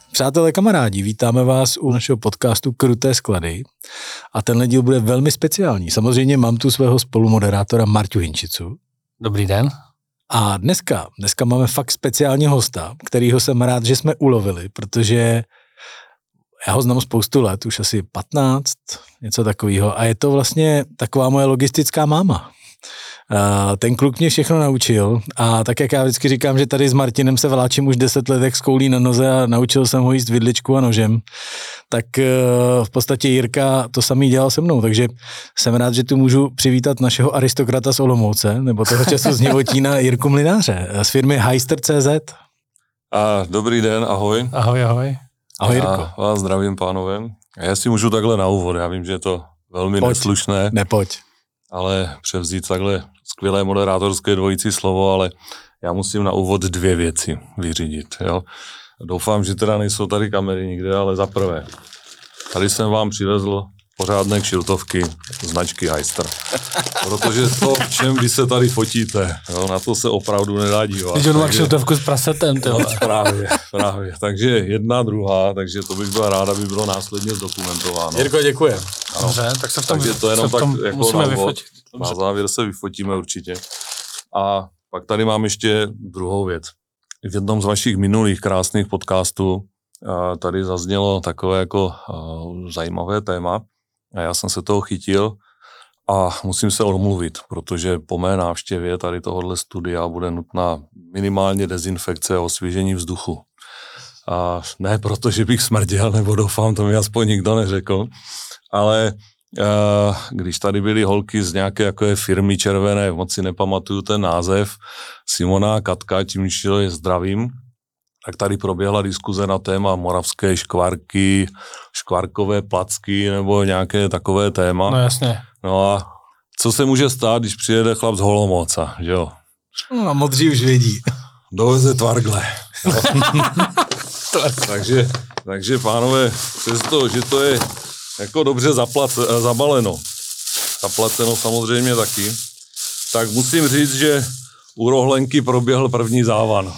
Přátelé, kamarádi, vítáme vás u našeho podcastu Kruté sklady a tenhle díl bude velmi speciální. Samozřejmě mám tu svého spolumoderátora Marťu Hinčicu. Dobrý den. A dneska máme fakt speciálního hosta, kterýho jsem rád, že jsme ulovili, protože já ho znám spoustu let, už asi 15, něco takového, a je to vlastně taková moje logistická máma. Ten kluk mě všechno naučil a tak, jak já vždycky říkám, že tady s Martinem se vláčím už 10 let jak s koulí na noze a naučil jsem ho jíst vidličku a nožem, tak v podstatě Jirka to samý dělal se mnou, takže jsem rád, že tu můžu přivítat našeho aristokrata z Olomouce, nebo toho času z Něvotína, Jirku Mlynáře z firmy Hyster.cz. Dobrý den, ahoj. Ahoj. Ahoj, Jirko. Já vás zdravím, pánové. Já si můžu takhle na úvod, já vím, že je to velmi neslušné. Nepojď. Ale převzít takhle skvělé moderátorské dvojící slovo, ale já musím na úvod 2 věci vyřídit. Jo? Doufám, že teda nejsou tady kamery nikde, ale za prvé. Tady jsem vám přivezl pořádné kšiltovky značky Hyster. Protože to, v čem vy se tady fotíte, jo, na to se opravdu nedá dívat. Když on má kšiltovku s prasetem, no, právě. Takže jedna, druhá, takže to bych byla ráda, aby bylo následně zdokumentováno. Jirko, děkujem. Dobře, tak se v tom, takže to jenom tak jako musíme vyfotit. Na závěr se vyfotíme určitě. A pak tady mám ještě druhou věc. V jednom z vašich minulých krásných podcastů tady zaznělo takové jako zajímavé téma a já jsem se toho chytil a musím se omluvit, protože po mé návštěvě tady tohohle studia bude nutná minimálně dezinfekce a osvěžení vzduchu. A ne proto, že bych smrděl, nebo doufám, to mi aspoň nikdo neřekl, ale když tady byly holky z nějaké jakové firmy červené, moc si nepamatuju ten název, Simona a Katka, tímž je zdravím, tak tady proběhla diskuze na téma moravské škvarky, škvarkové placky nebo nějaké takové téma. No jasně. No a co se může stát, když přijede chlap z Holomoca, že jo? No a modří už vědí. Doveze tvargle. takže pánové, přesto, že to je jako dobře zabaleno, zaplaceno samozřejmě taky, tak musím říct, že u rohlenky proběhl první závan.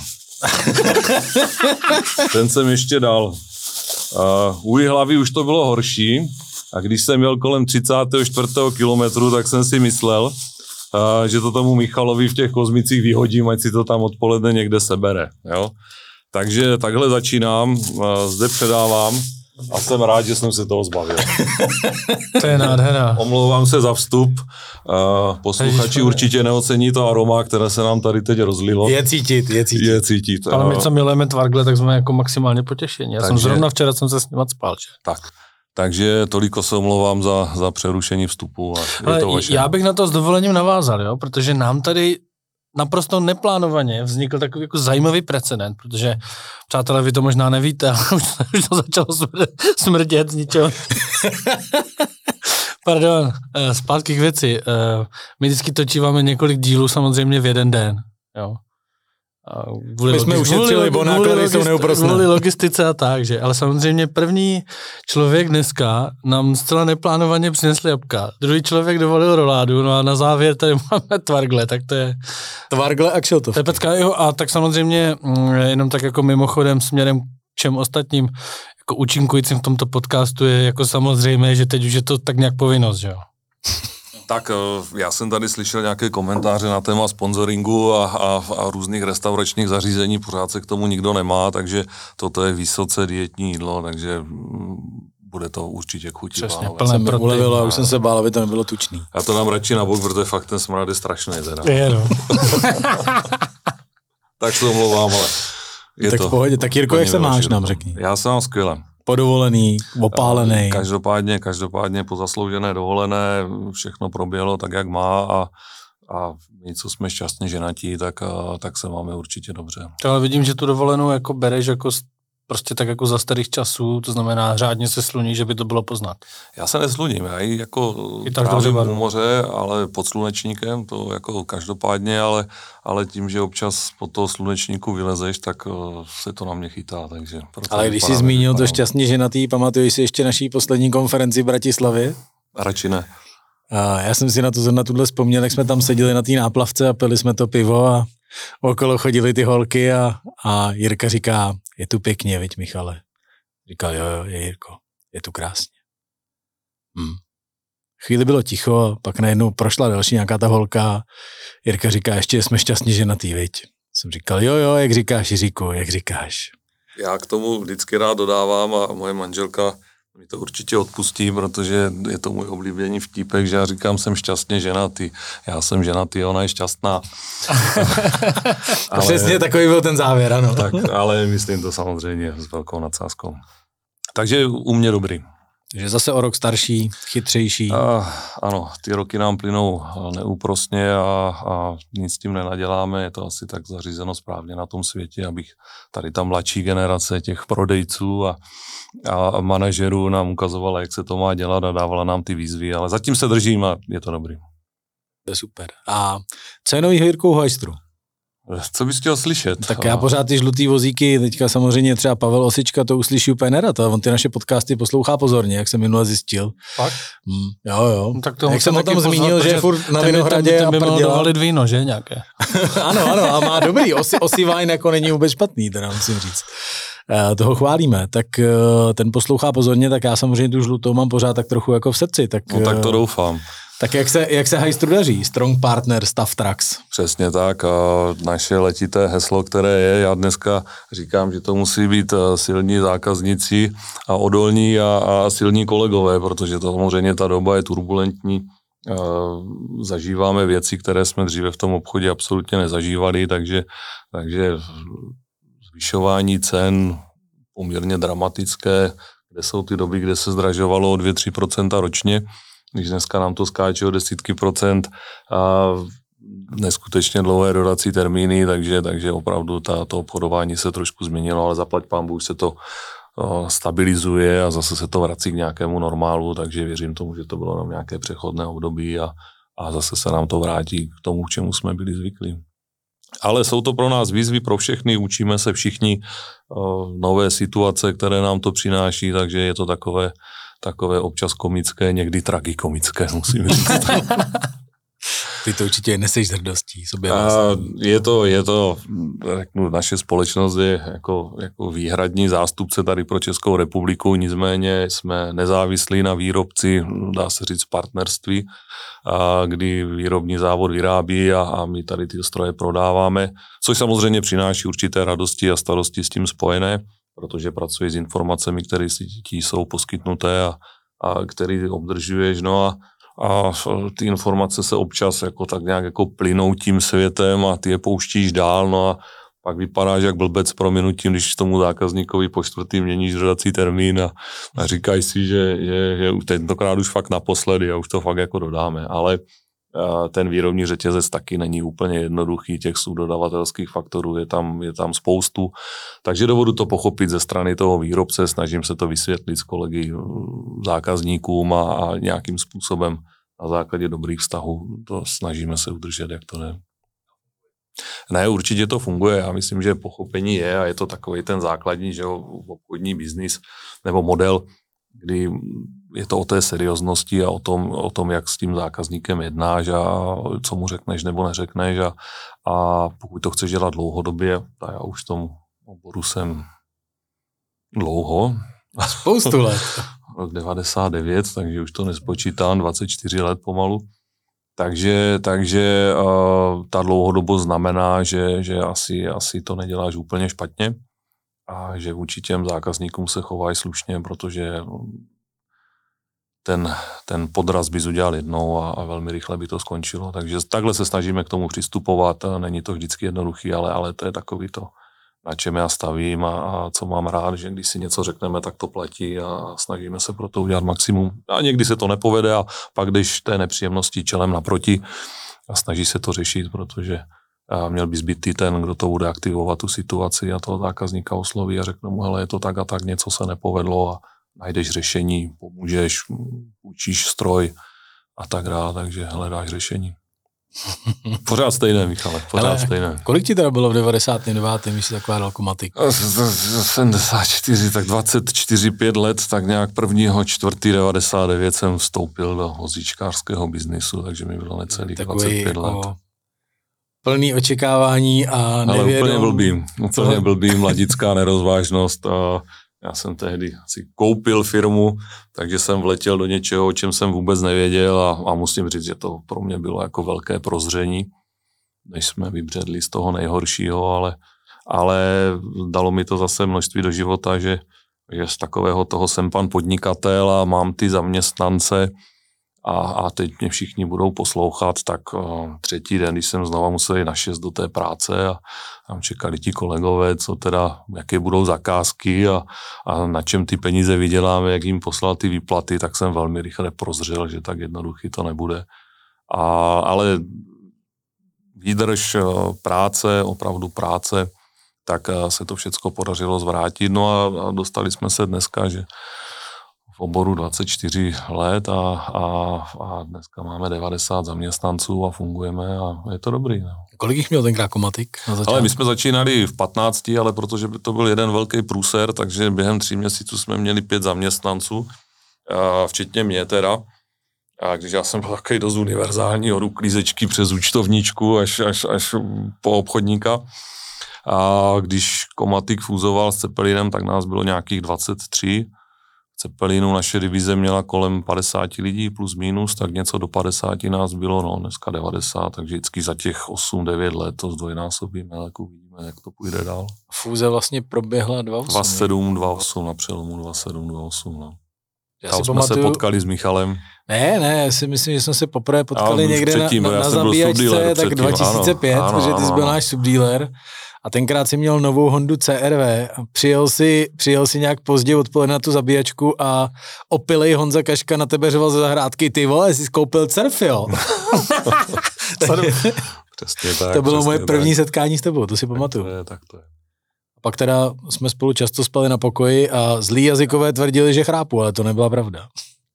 Ten jsem ještě dal. U Jihlavy už to bylo horší a když jsem jel kolem 34. kilometru, tak jsem si myslel, že to tomu Michalovi v těch Kozmicích vyhodím, ať si to tam odpoledne někde sebere. Jo? Takže takhle začínám, zde předávám a jsem rád, že jsem se toho zbavil. To je nádhera. Omlouvám se za vstup. Posluchači určitě neocení to aroma, které se nám tady teď rozlilo. Je cítit. Ale my, co milujeme tvargle, tak jsme jako maximálně potěšení. Já jsem zrovna včera se s ním spal. Že? Takže toliko se omlouvám za přerušení vstupu. Ale já bych na to s dovolením navázal, jo? Protože nám tady naprosto neplánovaně vznikl takový jako zajímavý precedent, protože, přátelé, vy to možná nevíte, ale už to začalo smrdět z ničeho. Pardon, zpátky k věci. My vždycky točíváme několik dílů samozřejmě v jeden den, jo. My jsme ušetřili, bo náklady jsou neúprosné. Kvůli logistice a tak, že? Ale samozřejmě první člověk dneska nám zcela neplánovaně přinesl jabka. Druhý člověk dovolil roládu, no a na závěr tady máme tvargle, tak to je... Tvargle a kšiltovky. To je pecka, jo, a tak samozřejmě jenom tak jako mimochodem směrem k všem ostatním jako účinkujícím v tomto podcastu je jako samozřejmé, že teď už je to tak nějak povinnost, že jo? Tak já jsem tady slyšel nějaké komentáře na téma sponzoringu a různých restauračních zařízení, pořád se k tomu nikdo nemá, takže toto je vysoce dietní jídlo, takže bude to určitě k chuti. Přesně, plné ulevilo a už jsem se bál, aby to nebylo tučný. Já to dám radši na bok, protože fakt ten smrad je strašný teda. Je, no. Tak se omlouvám, ale je tak to. V pohodě, tak Jirko, jak se máš, nám řekni. Já jsem skvěle. Podovolený, opálený. Každopádně po zasloužené dovolené všechno proběhlo tak, jak má a my, co jsme šťastně ženatí, tak se máme určitě dobře. Ale vidím, že tu dovolenou jako bereš jako prostě tak jako za starých časů, to znamená řádně se sluní, že by to bylo poznat. Já se nesluním, já ji jako trávím u moře, ale pod slunečníkem, to jako každopádně, ale tím, že občas pod toho slunečníku vylezeš, tak se to na mě chytá, takže... Ale když jsi zmínil to šťastně ženatý, pamatuješ si ještě naší poslední konferenci v Bratislavě? Radši ne. Já jsem si na tuhle vzpomněl, jak jsme tam seděli na té náplavce a pili jsme to pivo a okolo chodili ty holky a Jirka říká, je tu pěkně, viď Michale. Říkal, jo, je Jirko, je tu krásně. Chvíli bylo ticho, pak najednou prošla další nějaká ta holka. Jirka říká, ještě jsme šťastně ženatý, viď? Jsem říkal, jo, jak říkáš, Jiříku, jak říkáš. Já k tomu vždycky rád dodávám a moje manželka mi to určitě odpustí, protože je to můj oblíbený vtípek, že já říkám, jsem šťastně ženatý. Já jsem ženatý, ona je šťastná. Ale, přesně takový byl ten závěr, ano. Tak, ale myslím to samozřejmě s velkou nadsázkou. Takže u mě dobrý. Že zase o rok starší, chytřejší. Ano, ty roky nám plynou neúprosně a nic s tím nenaděláme. Je to asi tak zařízeno správně na tom světě, abych tady ta mladší generace těch prodejců a manažerů nám ukazovala, jak se to má dělat a dávala nám ty výzvy, ale zatím se držím a je to dobrý. To je super. A co je novýho Jirkou Hajstru? Co bys chtěl slyšet? Tak já pořád ty žlutý vozíky, teďka samozřejmě třeba Pavel Osička to uslyší úplně nerad, on ty naše podcasty poslouchá pozorně, jak jsem minule zjistil. Fakt? Jo. No, tak to jak jsem o tom zmínil, že je furt na Vinohradě a prděla. dovalit víno, že nějaké? ano, a má dobrý, Osy wine jako není vůbec špatný, teda musím říct. Toho chválíme, tak ten poslouchá pozorně, tak já samozřejmě tu žlutou mám pořád tak trochu jako v srdci. Tak, no tak to doufám. Tak jak se Hajstru daří? Strong Partner, Stav Trucks. Přesně tak. A naše letité heslo, které je, já dneska říkám, že to musí být silní zákazníci a odolní a silní kolegové, protože to samozřejmě ta doba je turbulentní. Zažíváme věci, které jsme dříve v tom obchodě absolutně nezažívali, takže zvyšování cen poměrně dramatické, kde jsou ty doby, kde se zdražovalo o 2-3% ročně, když dneska nám to skáče o desítky procent a neskutečně dlouhé dodací termíny, takže opravdu to obchodování se trošku změnilo, ale zaplať pánbůh už se to stabilizuje a zase se to vrací k nějakému normálu, takže věřím tomu, že to bylo jenom nějaké přechodné období a zase se nám to vrátí k tomu, k čemu jsme byli zvyklí. Ale jsou to pro nás výzvy pro všechny, učíme se všichni nové situace, které nám to přináší, takže je to takové občas komické, někdy tragikomické, musím říct. Ty to určitě neseš s hrdostí sobě. Je to, řeknu, naše společnost je jako výhradní zástupce tady pro Českou republiku, nicméně jsme nezávislí na výrobci, dá se říct partnerství, kdy výrobní závod vyrábí a my tady ty stroje prodáváme, což samozřejmě přináší určité radosti a starosti s tím spojené, protože pracuji s informacemi, které si ti jsou poskytnuté a které obdržuješ, no a ty informace se občas jako tak nějak jako plynou tím světem a ty je pouštíš dál, no a pak vypadáš jak blbec prominutím, když tomu zákazníkovi po čtvrtý měníš dodací termín a říkáš si, že tentokrát už fakt naposledy a už to fakt jako dodáme, ale ten výrobní řetězec taky není úplně jednoduchý, těch subdodavatelských faktorů je tam spoustu, takže dovedu to pochopit ze strany toho výrobce, snažím se to vysvětlit s kolegy zákazníkům a nějakým způsobem na základě dobrých vztahů to snažíme se udržet, jak to jde. Ne, určitě to funguje, já myslím, že pochopení je a je to takový ten základní, že obchodní biznis nebo model, kdy je to o té serióznosti a o tom, jak s tím zákazníkem jednáš a co mu řekneš nebo neřekneš a pokud to chceš dělat dlouhodobě, a já už v tom oboru jsem dlouho. Spoustu let. Rok 99, takže už to nespočítám, 24 let pomalu. Takže ta dlouhodobost znamená, že asi to neděláš úplně špatně a že vůči těm zákazníkům se chováš slušně, protože ten podraz bys udělal jednou a velmi rychle by to skončilo. Takže takhle se snažíme k tomu přistupovat. Není to vždycky jednoduchý, ale to je takový to, na čem já stavím a co mám rád, že když si něco řekneme, tak to platí a snažíme se pro to udělat maximum. A někdy se to nepovede a pak jdeš té nepříjemnosti čelem naproti a snaží se to řešit, protože měl bys být ty ten, kdo to bude aktivovat tu situaci a toho zákazníka osloví a řekne mu, hele, je to tak a tak, něco se nepovedlo a najdeš řešení, pomůžeš, učíš stroj a tak dále, takže hledáš řešení. Pořád stejné, Michale, pořád stejné. Kolik ti teda bylo v 99. když jsi taková velkomatik? 74, tak 24-5 let, tak nějak 1.4.99 jsem vstoupil do vozíčkářského biznisu, takže mi bylo necelých 25 let. Plný očekávání a nevědom. Ale úplně blbý, mladická nerozvážnost a Já jsem tehdy si koupil firmu, takže jsem vletěl do něčeho, o čem jsem vůbec nevěděl a musím říct, že to pro mě bylo jako velké prozření, než jsme vybředli z toho nejhoršího, ale dalo mi to zase množství do života, že z takového toho jsem pan podnikatel a mám ty zaměstnance a teď mě všichni budou poslouchat, tak třetí den, když jsem znova musel jít na 6 do té práce a tam čekali ti kolegové, co teda, jaké budou zakázky a na čem ty peníze vyděláme, jak jim poslal ty výplaty, tak jsem velmi rychle prozřel, že tak jednoduchý to nebude. Ale výdrž práce, opravdu práce, tak se to všecko podařilo zvrátit. No a dostali jsme se dneska, že v oboru 24 let a dneska máme 90 zaměstnanců a fungujeme a je to dobrý. No. Kolik jich měl tenkrát Komatik na začátku? Ale my jsme začínali v 15, ale protože to byl jeden velký průser, takže během 3 měsíců jsme měli 5 zaměstnanců, včetně mě teda. A když já jsem byl takový dost univerzální, od uklízečky přes účtovníčku až po obchodníka. A když Komatik fúzoval s Cepelinem, tak nás bylo nějakých 23. Cepelinu naše divize měla kolem 50 lidí plus minus, tak něco do 50 nás bylo, no dneska 90, takže vždycky za těch 8-9 let to zdvojnásobíme, ale uvidíme, jak to půjde dál. Fúze vlastně proběhla 2.7, 2.8 na přelomu 2.7, 2.8, no. Tam jsme pamatuju... se potkali s Michalem. Ne, já si myslím, že jsme se poprvé potkali někde předtím, na zabíjačce, tak 2005, ano, protože ty jsi byl náš subdealer. A tenkrát si měl novou Hondu CRV a přijel si nějak pozdě odpoledne na tu zabíjačku a opilej Honza Kaška na tebe řval ze zahrádky, ty vole, jsi koupil CRV, jo. Přesně tak. To bylo moje první setkání s tebou, to si pamatuju. Tak to je. A pak teda jsme spolu často spali na pokoji a zlí jazykové tvrdili, že chrápu, ale to nebyla pravda.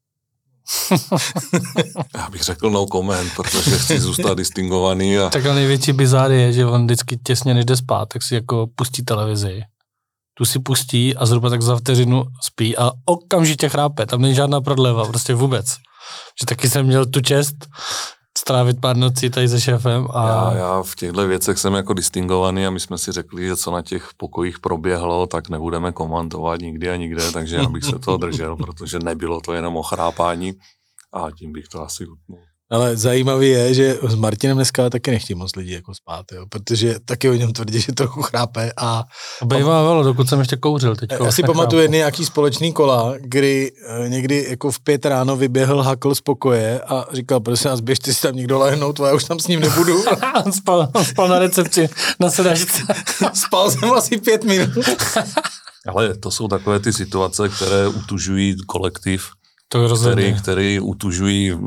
Já bych řekl no comment, protože chci zůstat distingovaný. Tak ale největší bizár je, že on vždycky těsně než jde spát, tak si jako pustí televizi. Tu si pustí a zhruba tak za vteřinu spí a okamžitě chrápe. Tam není žádná prodleva, prostě vůbec. Že taky jsem měl tu čest strávit pár nocí tady se šéfem. A... Já v těchto věcech jsem jako distingovaný a my jsme si řekli, že co na těch pokojích proběhlo, tak nebudeme komentovat nikdy a nikde, takže já bych se toho držel, protože nebylo to jenom o chrápání a tím bych to asi utnul. Ale zajímavý je, že s Martinem dneska taky nechtějí moc lidí jako spát, jo, protože taky o něm tvrdí, že trochu chrápe a... Bývalo, dokud jsem ještě kouřil teďko. Já si pamatuju jedný nějaký společný kola, kdy někdy jako v 5 ráno vyběhl Hakl z pokoje a říkal, prosím nás, běžte si tam někdo lehnout, já už tam s ním nebudu. spal na recepci, na sedačce. Spal jsem asi 5 minut. Ale to jsou takové ty situace, které utužují kolektiv, který utužují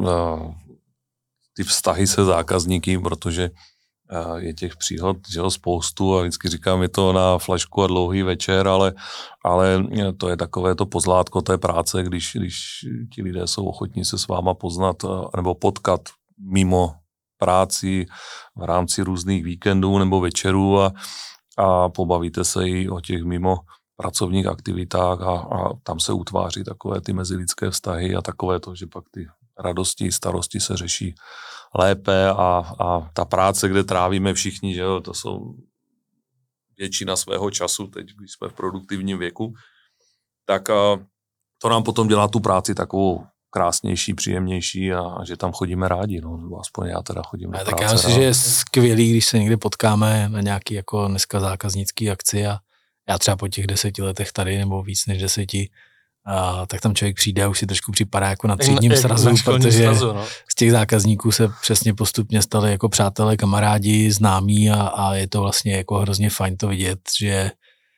ty vztahy se zákazníky, protože je těch příhod, že jo, spoustu a vždycky říkám, je to na flašku a dlouhý večer, ale to je takové to pozlátko té práce, když ti lidé jsou ochotní se s váma poznat nebo potkat mimo práci v rámci různých víkendů nebo večerů a pobavíte se i o těch mimo pracovních aktivitách a tam se utváří takové ty mezilidské vztahy a takové to, že pak ty radosti, starosti se řeší lépe a ta práce, kde trávíme všichni, že jo, to jsou většina svého času, teď když jsme v produktivním věku, tak to nám potom dělá tu práci takovou krásnější, příjemnější a že tam chodíme rádi, no, nebo aspoň já teda chodím na práce. Tak já myslím, že je skvělý, když se někde potkáme na nějaký jako dneska zákaznický akci a já třeba po těch 10 letech tady, nebo víc než 10, tak tam člověk přijde a už si trošku připadá jako na třídním srazu, protože z těch zákazníků se přesně postupně stali jako přátelé, kamarádi, známí a je to vlastně jako hrozně fajn to vidět, že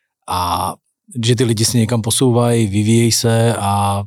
ty lidi se někam posouvají, vyvíjejí se a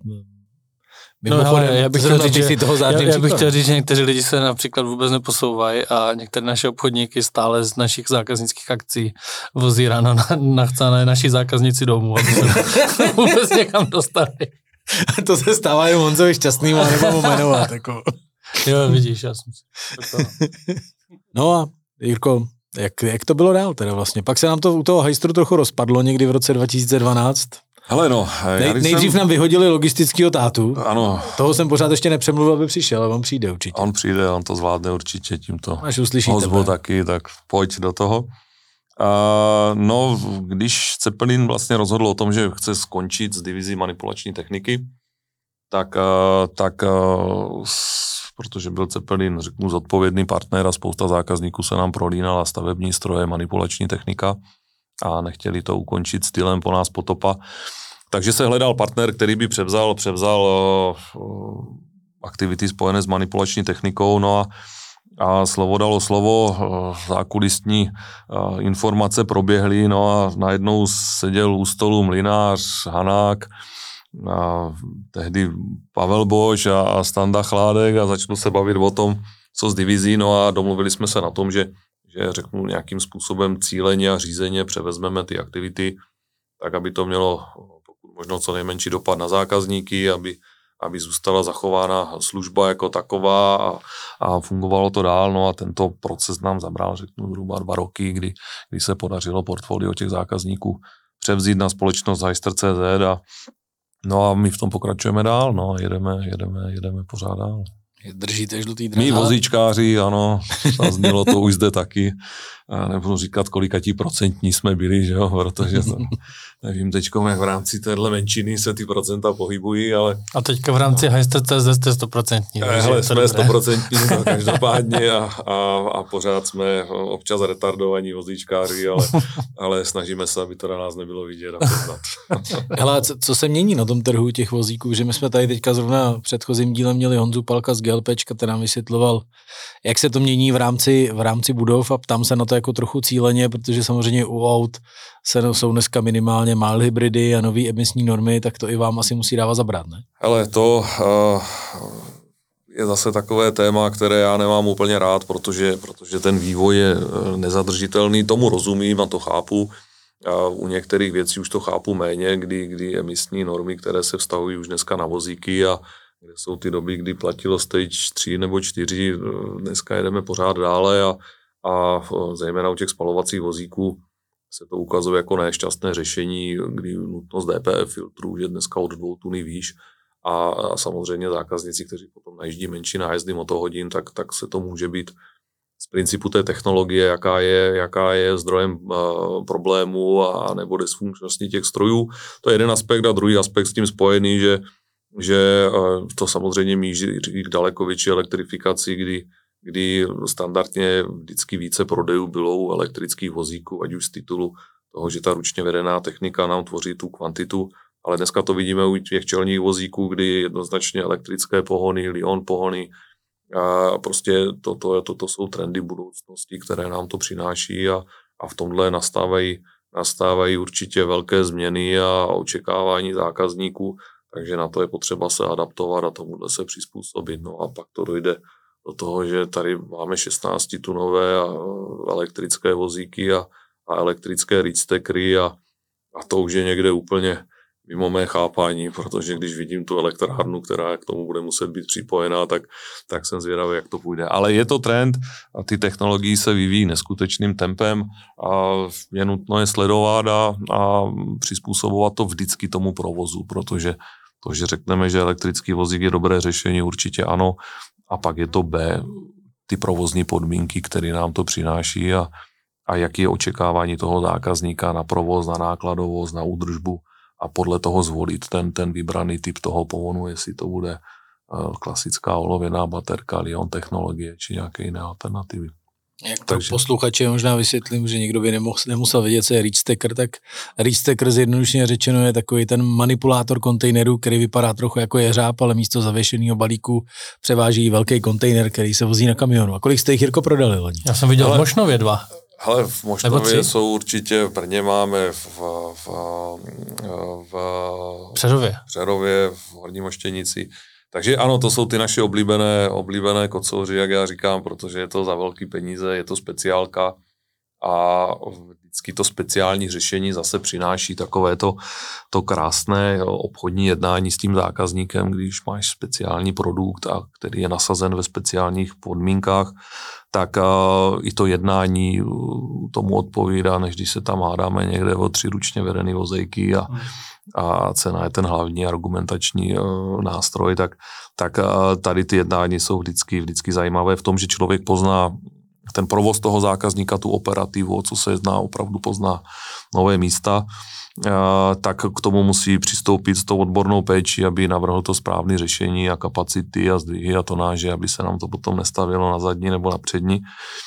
já bych chtěl říct, že někteří lidi se například vůbec neposouvají a některé naše obchodníky stále z našich zákaznických akcí vozí ráno nachcané naši zákazníci domů, aby se vůbec někam dostali. To se stává jenom Honzovi Šťastným, ale nebo jmenovat. Jako. Jo, vidíš, já jsem si... No a Jirko, jak to bylo dál teda vlastně? Pak se nám to u toho hajstru trochu rozpadlo někdy v roce 2012. Hele no, nejdřív nám vyhodili logistického tátu. Ano. Toho jsem pořád ještě nepřemluvil, aby přišel, ale on přijde určitě. On přijde, on to zvládne určitě tímto. Až uslyší tebe. Taky, tak pojď do toho. No, když Zeppelin vlastně rozhodl o tom, že chce skončit s divizí manipulační techniky, tak protože byl Zeppelin, řeknu, zodpovědný partner a spousta zákazníků se nám prolínala stavební stroje, manipulační technika a nechtěli to ukončit stylem po nás potopa. Takže se hledal partner, který by převzal aktivity spojené s manipulační technikou, no a slovo dalo slovo, zákulisní informace proběhly, no a najednou seděl u stolu Mlynář, Hanák, a tehdy Pavel Boš a Standa Chládek a začali se bavit o tom, co s divizí, no a domluvili jsme se na tom, že řeknu nějakým způsobem cíleně a řízeně převezmeme ty aktivity, tak aby to mělo pokud možno co nejmenší dopad na zákazníky, aby zůstala zachována služba jako taková a fungovalo to dál. No a tento proces nám zabral, řeknu, zhruba 2 roky, kdy se podařilo portfolio těch zákazníků převzít na společnost Hyster.cz a my v tom pokračujeme dál, no, jedeme pořád dál. Držíte žlutý dráh. My vozíčkáři, ano, zaznělo to už zde taky. A nebudu říkat, kolikatí procentní jsme byli, že jo, protože to, nevím teďko, jak v rámci téhle menšiny se ty procenta pohybují, ale... A teďka v rámci Hyster.cz jste 100%. Hele, jsme 100%, každopádně a pořád jsme občas retardovaní vozíčkáři, ale snažíme se, aby to na nás nebylo vidět a poznat. Hele, co se mění na tom trhu těch vozíků? Že my jsme tady teďka zrovna v předchozím dílem měli Honzu Palka z GLPčka, který nám vysvětloval, jak se to mění v rámci budov a ptám se na to jako trochu cíleně, protože samozřejmě u aut jsou dneska minimálně mild hybridy a nový emisní normy, tak to i vám asi musí dávat zabrat, ne? Hele, to je zase takové téma, které já nemám úplně rád, protože ten vývoj je nezadržitelný, tomu rozumím a to chápu. A u některých věcí už to chápu méně, kdy emisní normy, které se vztahují už dneska na vozíky a kde jsou ty doby, kdy platilo stage 3 nebo 4, dneska jedeme pořád dále a zejména u těch spalovacích vozíků se to ukazuje jako nešťastné řešení, kdy nutnost DPF filtrů je dneska od 2 tuny výš a samozřejmě zákazníci, kteří potom najíždí menší nájezdy motohodin, tak se to může být z principu té technologie, jaká je zdrojem problémů a nebo dysfunkčnosti těch strojů. To je jeden aspekt a druhý aspekt s tím spojený, že to samozřejmě míří k daleko větší elektrifikaci, kdy standardně vždycky více prodejů bylo u elektrických vozíků, ať už z titulu toho, že ta ručně vedená technika nám tvoří tu kvantitu, ale dneska to vidíme u těch čelních vozíků, kdy jednoznačně elektrické pohony, Lyon pohony, a prostě toto jsou trendy budoucnosti, které nám to přináší a v tomhle nastávají určitě velké změny a očekávání zákazníků, takže na to je potřeba se adaptovat a tomuhle se přizpůsobit. No a pak to dojde do toho, že tady máme 16-tunové elektrické vozíky a elektrické reachstackery a to už je někde úplně mimo mé chápání, protože když vidím tu elektrárnu, která k tomu bude muset být připojená, tak jsem zvědavý, jak to půjde. Ale je to trend a ty technologie se vyvíjí neskutečným tempem a je nutno je sledovat a přizpůsobovat to vždycky tomu provozu, protože to, že řekneme, že elektrický vozík je dobré řešení, určitě ano, a pak je to B, ty provozní podmínky, které nám to přináší a jaký je očekávání toho zákazníka na provoz, na nákladovost, na údržbu a podle toho zvolit ten vybraný typ toho pohonu, jestli to bude klasická olověná baterka, Lyon technologie či nějaké jiné alternativy. Jak to posluchače možná vysvětlím, že někdo by nemusel vědět, co je reachstacker, tak reachstacker zjednodušeně řečeno je takový ten manipulátor kontejneru, který vypadá trochu jako jeřáb, ale místo zavěšeného balíku převáží velký kontejner, který se vozí na kamionu. A kolik jste jich, Jirko, prodali loni? Já jsem viděl v Mošnově 2. Hele, v Mošnově jsou určitě, v Brně máme, v Přerově, v Horní Moštěnici. Takže ano, to jsou ty naše oblíbené kocouři, jak já říkám, protože je to za velký peníze, je to speciálka a vždycky to speciální řešení zase přináší takové to krásné obchodní jednání s tím zákazníkem, když máš speciální produkt, a který je nasazen ve speciálních podmínkách, tak i to jednání tomu odpovídá, než když se tam hádáme někde o 3 ručně vedený vozejky a cena je ten hlavní argumentační nástroj, tak tady ty jednání jsou vždycky zajímavé v tom, že člověk pozná ten provoz toho zákazníka, tu operativu, o co se jedná, opravdu pozná nové místa, tak k tomu musí přistoupit s tou odbornou péčí, aby navrhl to správné řešení a kapacity a zdvihy a tonáže, aby se nám to potom nestavilo na zadní nebo na přední.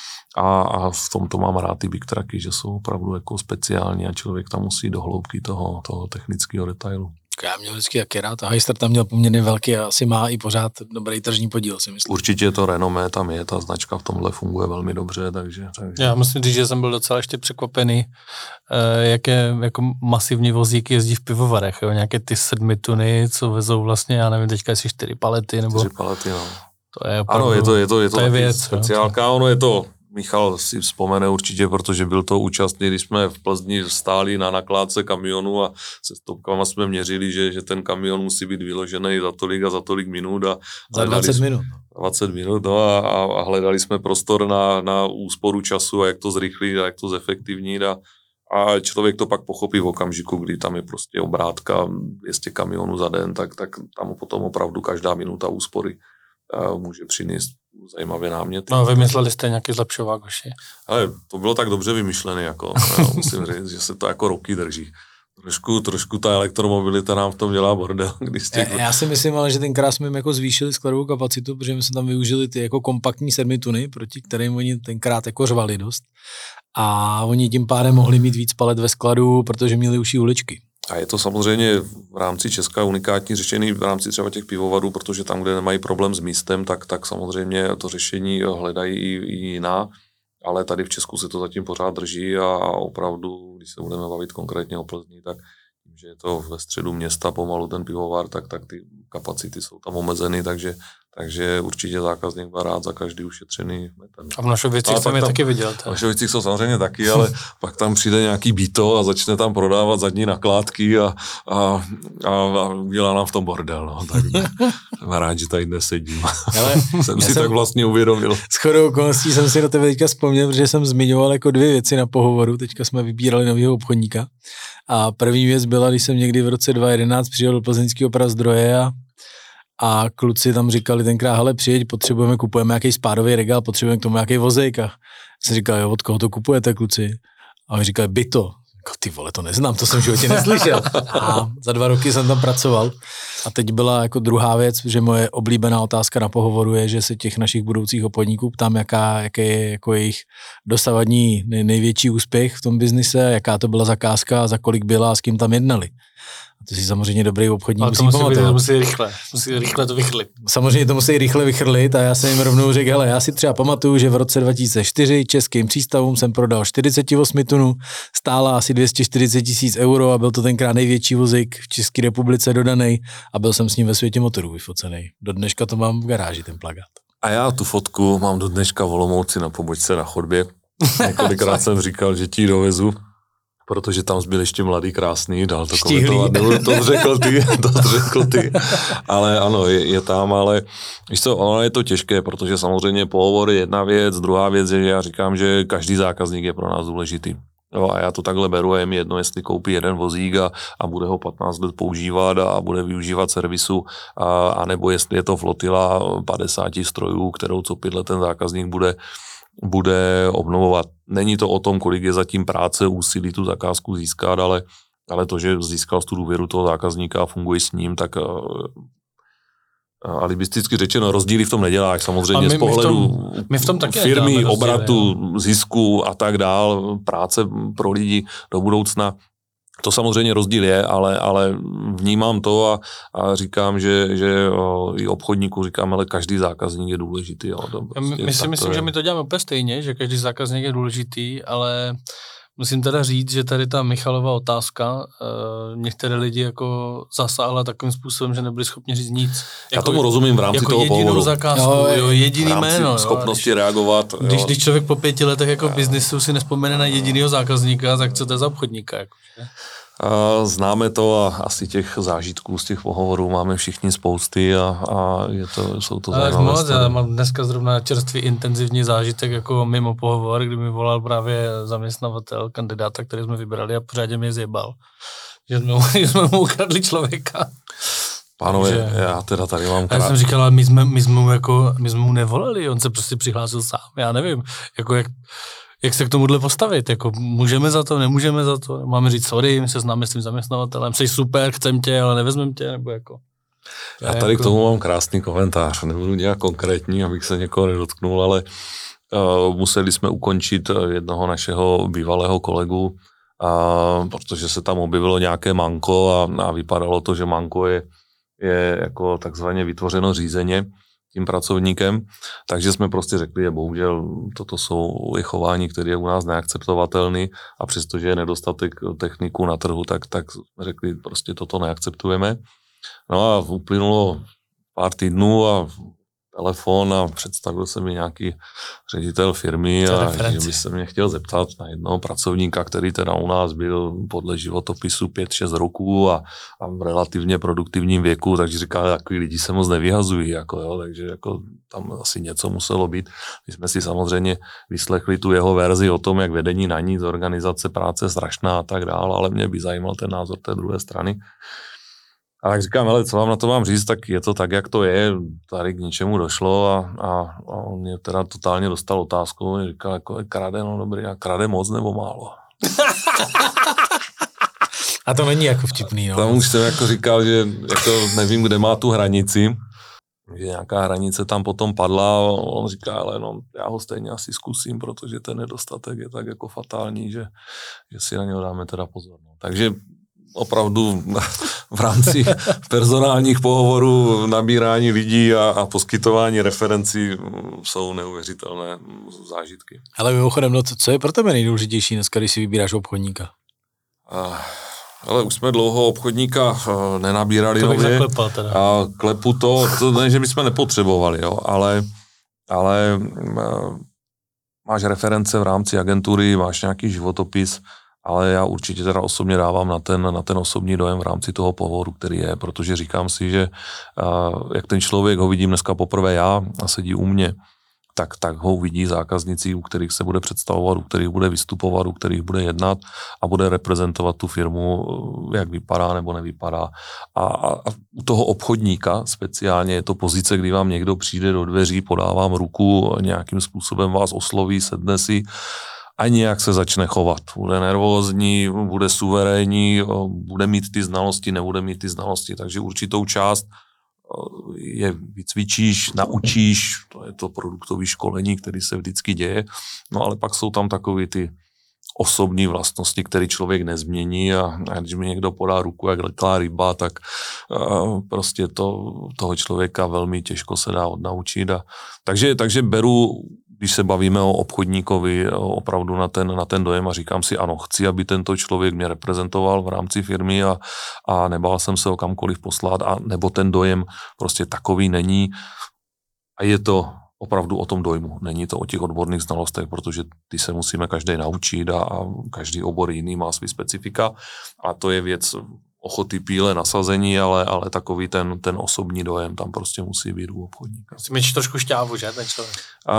A v tomto mám rád ty big trucky, že jsou opravdu jako speciální a člověk tam musí do hloubky toho technického detailu. Já měl vždycky jaký rád a Hyster tam měl poměrně velký a asi má i pořád dobrý tržní podíl, si myslím. Určitě to renomé tam je, ta značka v tomhle funguje velmi dobře, takže. Já musím říct, že jsem byl docela ještě překvapený, jaké jako masivní vozíky jezdí v pivovarech, jo? Nějaké ty 7 tuny, co vezou vlastně, já nevím, teďka jestli 4 palety, nebo... 4 palety, no. To je opravdu, ano, je to věc, speciálka, ono je to, Michal si vzpomene určitě, protože byl to účastný, když jsme v Plzni stáli na nakládce kamionu a se stopkama jsme měřili, že ten kamion musí být vyložený za tolik minut. Za 20 minut. 20 minut, no a hledali jsme prostor na úsporu času a jak to zrychlit a jak to zefektivnit a člověk to pak pochopí v okamžiku, kdy tam je prostě obrátka 200 kamionů za den, tak tam potom opravdu každá minuta úspory může přinést zajímavé náměty. No, vymysleli jste nějaký zlepšovák, hoši. Ale to bylo tak dobře vymyšlené, jako, musím říct, že se to jako roky drží. Trošku ta elektromobilita nám v tom dělá bordel. Já si myslím, ale že tenkrát jsme jim jako zvýšili skladovou kapacitu, protože my jsme tam využili ty jako kompaktní 7 tuny, proti kterým oni tenkrát jako řvali dost. A oni tím pádem mohli mít víc palet ve skladu, protože měli užší uličky. A je to samozřejmě v rámci Česka unikátní řešení v rámci třeba těch pivovarů, protože tam, kde nemají problém s místem, tak samozřejmě to řešení hledají i jiná, ale tady v Česku se to zatím pořád drží a opravdu, když se budeme bavit konkrétně o Plzni, tak tím, že je to ve středu města pomalu ten pivovar, tak ty kapacity jsou tam omezeny, takže určitě zákazník má rád za každý ušetřený metr. A v Nošovicích jsem je taky viděl. V Nošovicích jsou samozřejmě taky, ale pak tam přijde nějaký býto a začne tam prodávat zadní nakládky a udělá nám v tom bordel. No. Tak jsem rád, že tady dnes sedím. Jsem si tak vlastně uvědomil. Shodou okolností jsem si do tebe teďka vzpomněl, protože jsem zmiňoval jako 2 věci na pohovoru. Teďka jsme vybírali nového obchodníka. A první věc byla, když jsem někdy v roce 2011 přijel do plzeňského Prazdroje a kluci tam říkali tenkrát, hele, přijeď, kupujeme nějaký spádový regál, potřebujeme k tomu nějaký vozejk. A jsem říkal, jo, od koho to kupujete, kluci? A oni říkali, byto. Ty vole, to neznám, to jsem v životě neslyšel. A za 2 roky jsem tam pracoval. A teď byla jako druhá věc, že moje oblíbená otázka na pohovoru je, že se těch našich budoucích obchodníků ptám, jaký je jako jejich dosavadní největší úspěch v tom biznise, jaká to byla zakázka, za kolik byla a s kým tam jednali. A to si samozřejmě dobrý obchodník musí pamatovat. Musí rychle to vychrlit. Samozřejmě to musí rychle vychrlit a já jsem jim rovnou řekl, hele, já si třeba pamatuju, že v roce 2004 českým přístavům jsem prodal 48 tunu, stála asi 240 000 euro a byl to tenkrát největší vozík v České republice dodaný a byl jsem s ním ve světě motorů vyfocený. Do dneška to mám v garáži, ten plakát. A já tu fotku mám do dneška v Olomouci na pobočce na chodbě. Několikrát jsem říkal, že ti dovezu, protože tam byl ještě mladý, krásný, dál to komentovat, to řekl ty, ale ano, je tam, ale víš co, ono je to těžké, protože samozřejmě pohovor je jedna věc, druhá věc je, že já říkám, že každý zákazník je pro nás důležitý. Jo, a já to takhle beru, je mi jedno, jestli koupí jeden vozík a bude ho 15 let používat a bude využívat servisu, anebo jestli je to flotila 50 strojů, kterou co 5 let ten zákazník bude obnovovat. Není to o tom, kolik je zatím práce, úsilí tu zakázku získat, ale to, že získal tu důvěru toho zákazníka a funguje s ním, tak alibisticky řečeno, rozdíly v tom neděláš. Samozřejmě z pohledu my v tom taky firmy, obratu, zisku a tak dál, práce pro lidi do budoucna. To samozřejmě rozdíl je, ale vnímám to a říkám, že i obchodníku říkám, ale každý zákazník je důležitý. Jo, myslím, že my to děláme úplně stejně, že každý zákazník je důležitý, ale musím teda říct, že tady ta Michalova otázka některé lidi jako zasáhla takovým způsobem, že nebyli schopni říct nic. Já tomu rozumím v rámci jako toho pohovoru. Jedinou zakázku, jediný jméno. Schopnosti reagovat. Když člověk po 5 letech jako v biznisu si nespomene na jedinýho zákazníka, tak co to je za obchodníka? Jako, známe to a asi těch zážitků z těch pohovorů máme všichni spousty a jsou to zajímavé. Já mám dneska zrovna čerstvý intenzivní zážitek jako mimo pohovor, kdy mi volal právě zaměstnavatel kandidáta, který jsme vybrali a pořádně mě zjebal, že jsme mu ukradli člověka. Pánové, Takže... já teda tady mám... Já jsem říkal, ale my jsme mu nevolali, on se prostě přihlásil sám, já nevím, jako jak se k tomuhle postavit, jako můžeme za to, nemůžeme za to, máme říct sorry, my se známe s tím zaměstnavatelem, jsi super, chcem tě, ale nevezmem tě, nebo jako... Já tady k tomu mám krásný komentář, nebudu nějak konkrétní, abych se někoho nedotknul, ale museli jsme ukončit jednoho našeho bývalého kolegu, protože se tam objevilo nějaké manko a vypadalo to, že manko je jako takzvaně vytvořeno řízeně tím pracovníkem, takže jsme prostě řekli, že bohužel toto je chování, které je u nás neakceptovatelné a přestože je nedostatek techniků na trhu, tak jsme řekli, prostě toto neakceptujeme. No a uplynulo pár týdnů a telefon a představil se mi nějaký ředitel firmy a že by se mě chtěl zeptat na jednoho pracovníka, který teda u nás byl podle životopisu 5-6 roků a v relativně produktivním věku, takže říkal, takový lidi se moc nevyhazují, jako jo, takže jako tam asi něco muselo být. My jsme si samozřejmě vyslechli tu jeho verzi o tom, jak vedení na nic, organizace práce strašná a tak dále, ale mě by zajímal ten názor té druhé strany. A tak říkám, ale co vám na to mám říct, tak je to tak, jak to je, tady k něčemu došlo a on mě teda totálně dostal otázku, a říkal, jako krade, no dobrý, a krade moc nebo málo? A to není jako vtipný, no. Tam už jsem jako říkal, že jako nevím, kde má tu hranici, že nějaká hranice tam potom padla a on říká, ale no, já ho stejně asi zkusím, protože ten nedostatek je tak jako fatální, že si na něho dáme teda pozor. No. Takže opravdu v rámci personálních pohovorů, nabírání lidí a poskytování referencí jsou neuvěřitelné zážitky. Ale mimochodem, no co je pro tebe nejdůležitější dneska, když si vybíráš obchodníka? Ale už jsme dlouho obchodníka nenabírali. To bych zaklepal teda. A klepu to ne, že bychom nepotřebovali, jo, ale máš reference v rámci agentury, máš nějaký životopis, ale já určitě teda osobně dávám na ten osobní dojem v rámci toho pohovoru, který je, protože říkám si, že jak ten člověk ho vidím dneska poprvé já a sedí u mě, tak ho uvidí zákazníci, u kterých se bude představovat, u kterých bude vystupovat, u kterých bude jednat a bude reprezentovat tu firmu, jak vypadá nebo nevypadá. A u toho obchodníka speciálně je to pozice, kdy vám někdo přijde do dveří, podá vám ruku, nějakým způsobem vás osloví, sedne si a nějak se začne chovat. Bude nervózní, bude suverénní, bude mít ty znalosti, nebude mít ty znalosti. Takže určitou část je vycvičíš, naučíš, to je to produktové školení, které se vždycky děje, no ale pak jsou tam takové ty osobní vlastnosti, které člověk nezmění a když mi někdo podá ruku jak leklá ryba, tak prostě toho člověka velmi těžko se dá odnaučit. Takže beru, když se bavíme o obchodníkovi, opravdu na ten dojem a říkám si, ano, chci, aby tento člověk mě reprezentoval v rámci firmy a nebál jsem se ho kamkoliv poslat, a nebo ten dojem prostě takový není a je to opravdu o tom dojmu. Není to o těch odborných znalostech, protože ty se musíme každý naučit a každý obor jiný má svý specifika a to je věc ochoty, píle, nasazení, ale takový ten osobní dojem tam prostě musí být u obchodníka. Musí mít trošku šťávu, že, ten člověk?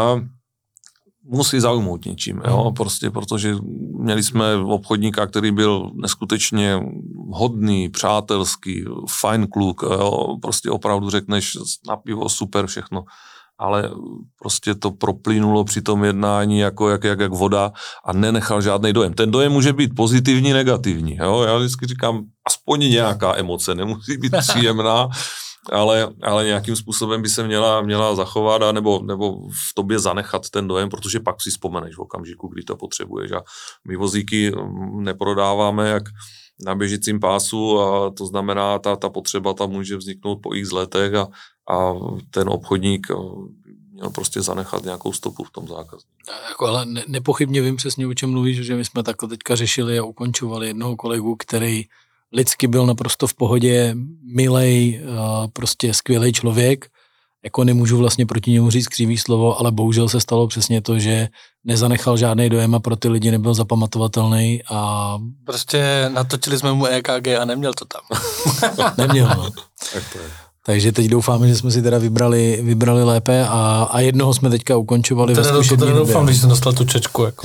Musí zaujmout něčím, jo, prostě, protože měli jsme obchodníka, který byl neskutečně hodný, přátelský, fajn kluk, jo, prostě opravdu řekneš na pivo, super, všechno, ale prostě to proplynulo při tom jednání jako jak voda a nenechal žádný dojem. Ten dojem může být pozitivní, negativní, jo, já vždycky říkám, aspoň nějaká emoce, nemusí být příjemná, ale nějakým způsobem by se měla zachovat nebo v tobě zanechat ten dojem, protože pak si vzpomeneš v okamžiku, kdy to potřebuješ. A my vozíky neprodáváme jak na běžícím pásu a to znamená, ta potřeba tam může vzniknout po x letech a ten obchodník měl prostě zanechat nějakou stopu v tom zákazníku. Jako, ale nepochybně vím přesně, o čem mluvíš, že my jsme takhle teďka řešili a ukončovali jednoho kolegu, který lidsky byl naprosto v pohodě, milej, prostě skvělý člověk, jako nemůžu vlastně proti němu říct křivý slovo, ale bohužel se stalo přesně to, že nezanechal žádný dojem a pro ty lidi nebyl zapamatovatelný a... Prostě natočili jsme mu EKG a neměl to tam. Neměl, no. Tak to je. Takže teď doufáme, že jsme si teda vybrali lépe a jednoho jsme teďka ukončovali ve zkušební době. Doufám, když jsem dostal tu čečku, jako.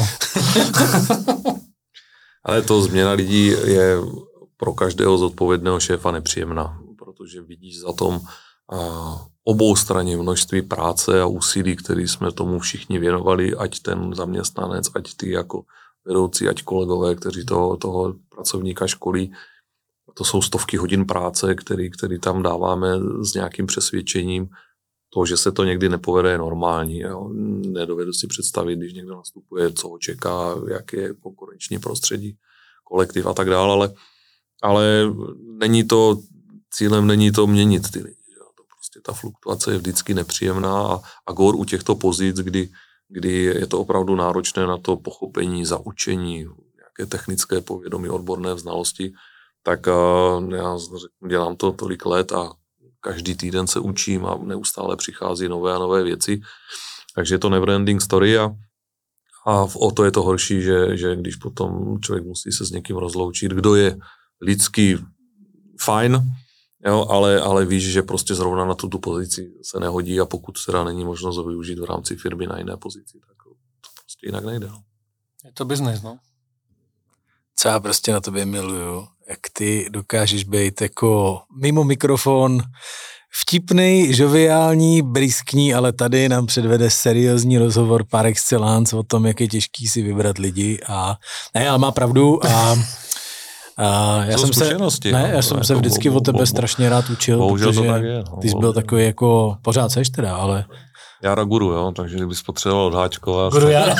Ale to změna lidí je pro každého zodpovědného šéfa nepříjemná, protože vidíš za tom obou straně množství práce a úsilí, který jsme tomu všichni věnovali, ať ten zaměstnanec, ať ty jako vedoucí, ať kolegové, kteří toho pracovníka školí. To jsou stovky hodin práce, který tam dáváme s nějakým přesvědčením. To, že se to někdy nepovede, je normální. Jo. Nedovedu si představit, když někdo nastupuje, co ho čeká, jaké je konkurenční prostředí, kolektiv a tak dále, ale cílem není to měnit ty lidi. Jo. To prostě ta fluktuace je vždycky nepříjemná a gór u těchto pozic, kdy je to opravdu náročné na to pochopení, zaučení, nějaké technické povědomí, odborné znalosti, tak já dělám to tolik let a každý týden se učím a neustále přichází nové a nové věci. Takže je to neverending story a o to je to horší, že když potom člověk musí se s někým rozloučit, kdo je lidsky fajn, jo, ale víš, že prostě zrovna na tu pozici se nehodí a pokud teda není možnost ho využít v rámci firmy na jiné pozici, tak to prostě jinak nejde. No. Je to biznes, no. Co já prostě na tobě miluju, jak ty dokážeš být jako mimo mikrofon vtipnej, žoviální, briskní, ale tady nám předvede seriózní rozhovor par excellence o tom, jak je těžký si vybrat lidi a ne, ale má pravdu a já jsem se vždycky o tebe strašně rád učil, protože ty jsi byl takový jako, pořád seš teda, ale... Jára guru, jo, takže kdybys potřeboval odháčkovat... Guru Jára.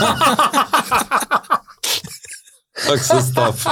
Tak se stav.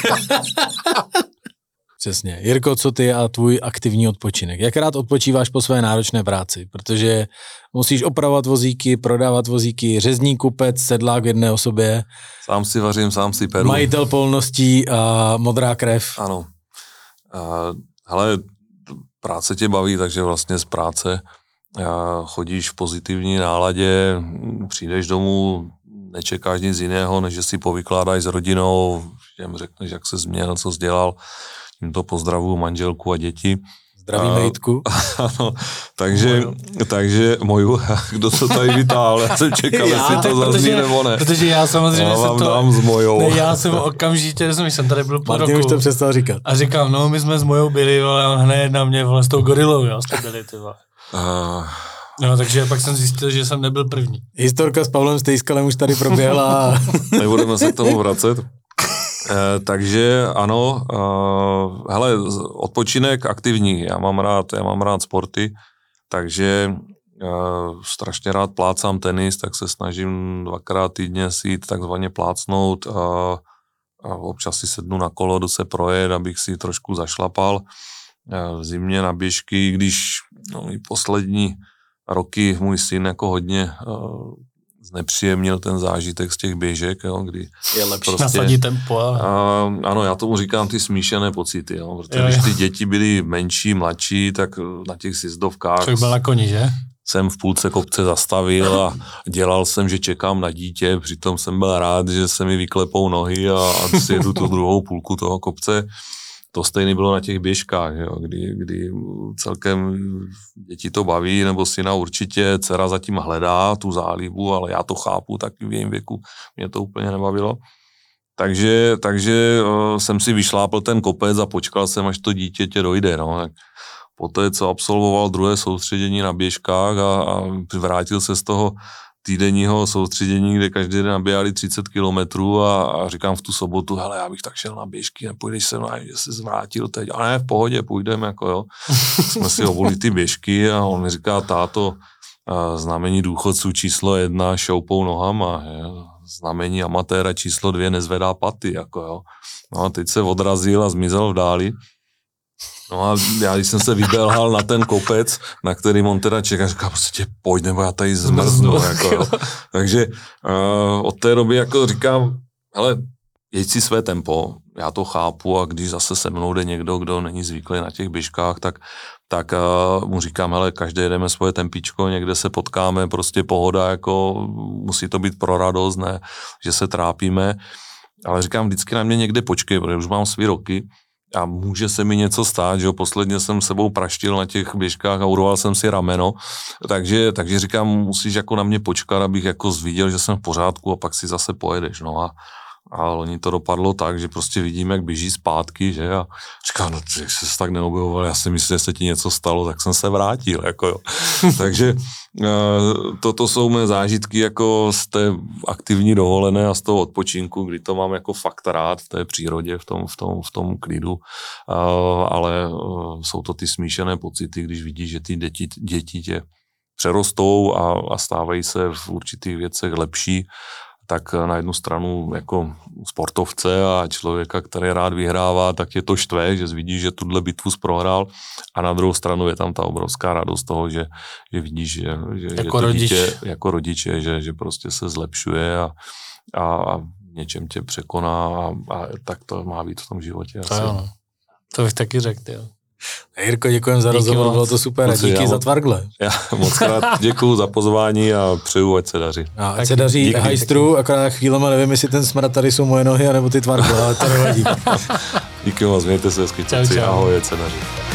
Přesně. Jirko, co ty a tvůj aktivní odpočinek? Jak rád odpočíváš po své náročné práci? Protože musíš opravovat vozíky, prodávat vozíky, řezník, kupec, sedlák v jedné osobě. Sám si vařím, sám si peru. Majitel polností a modrá krev. Ano. Hele, práce tě baví, takže vlastně z práce chodíš v pozitivní náladě, přijdeš domů, nečekáš nic jiného, než že si povykládáš s rodinou, těm řekneš, jak se změnil, co jsi dělal, tímto pozdravuju manželku a děti. Zdravím Hejtku. Ano, takže moju, kdo se tady vytáhl, já jsem čekal, jestli to zazní nebo ne. Protože já samozřejmě jsem to... dám s mojou. Ne, já jsem okamžitě, když jsem tady byl půl roku. Martin už to přestal říkat. A říkám, no my jsme s mojou byli, ale on hned na mě, s tou gorilou, jo, jste byli, ty vole. No, takže pak jsem zjistil, že jsem nebyl první. Historka s Pavlem Stejskalem už tady proběhla. Nebudeme se k tomu vracet. Takže ano, hele, odpočinek aktivní, já mám rád sporty, takže strašně rád plácám tenis, tak se snažím 2x týdně si jít takzvaně plácnout a občas si sednu na kolo, jdu se projet, abych si trošku zašlapal. V zimě na běžky, když poslední roky můj syn jako hodně znepříjemnil ten zážitek z těch běžek, jo, kdy je lepší prostě, nasadit tempo. Ano, já tomu říkám ty smíšené pocity, jo, protože když ty děti byly menší, mladší, tak na těch sjezdovkách člověk byl na koni, že? Jsem v půlce kopce zastavil a dělal jsem, že čekám na dítě, přitom jsem byl rád, že se mi vyklepou nohy a sjedu tu druhou půlku toho kopce. To stejné bylo na těch běžkách, jo, kdy celkem děti to baví, nebo syna určitě, dcera zatím hledá tu zálibu, ale já to chápu, tak v jejím věku mě to úplně nebavilo. Takže jsem si vyšlápl ten kopec a počkal jsem, až to dítě tě dojde. No. Tak poté, co absolvoval druhé soustředění na běžkách a vrátil se z toho týdenního soustředění, kde každý den naběhali 30 kilometrů a říkám v tu sobotu, hele, já bych tak šel na běžky, nepůjdeš se mnou, že se zvrátil teď. A ne, v pohodě, půjdeme, jako jo. Jsme si obuli ty běžky a on mi říká, táto, znamení důchodců číslo 1 šoupou nohama, znamení amatéra číslo 2 nezvedá paty, jako jo. No a teď se odrazil a zmizel v dáli. No a já, když jsem se vybelhal na ten kopec, na kterým on teda čeká, říká, prostě pojď, nebo já tady zmrznu, jako jo. Takže od té doby jako říkám, hele, jeď si své tempo, já to chápu a když zase se mnou jde někdo, kdo není zvyklý na těch běžkách, tak mu říkám, hele, každý jdeme svoje tempičko, někde se potkáme, prostě pohoda, jako musí to být pro radost, ne, že se trápíme, ale říkám, vždycky na mě někde počkej, protože už mám svý roky, a může se mi něco stát, že jo, posledně jsem sebou praštil na těch běžkách a urval jsem si rameno, takže říkám, musíš jako na mě počkat, abych jako zviděl, že jsem v pořádku a pak si zase pojedeš, no a A loni to dopadlo tak, že prostě vidíme, jak běží zpátky, že a říká, no ty jsi se tak neobjevoval, já si myslím, že se ti něco stalo, tak jsem se vrátil, jako jo. Takže toto jsou mé zážitky jako z té aktivní dovolené a z toho odpočinku, kdy to mám jako fakt rád v té přírodě, v tom klidu, ale jsou to ty smíšené pocity, když vidíš, že ty děti tě přerostou a stávají se v určitých věcech lepší, tak na jednu stranu jako sportovce a člověka, který rád vyhrává, tak je to štve, že vidíš, že tuhle bitvu prohrál, a na druhou stranu je tam ta obrovská radost toho, že vidíš, že jako to rodič. dítě jako rodiče, že prostě se zlepšuje a něčem tě překoná a tak to má být v tom životě. To, no. To bych taky řekl, jo. Jirko, děkujem za rozhovor, bylo to super a díky za Tvargle. Já moc krát děkuju za pozvání a přeju, ať se daří. A ať se daří hajstru, akorát chvílema nevím, jestli ten smrad tady jsou moje nohy, anebo ty Tvargle, ale to nevadí. Díky moc, mějte se hezky, ahoj, ať se daří.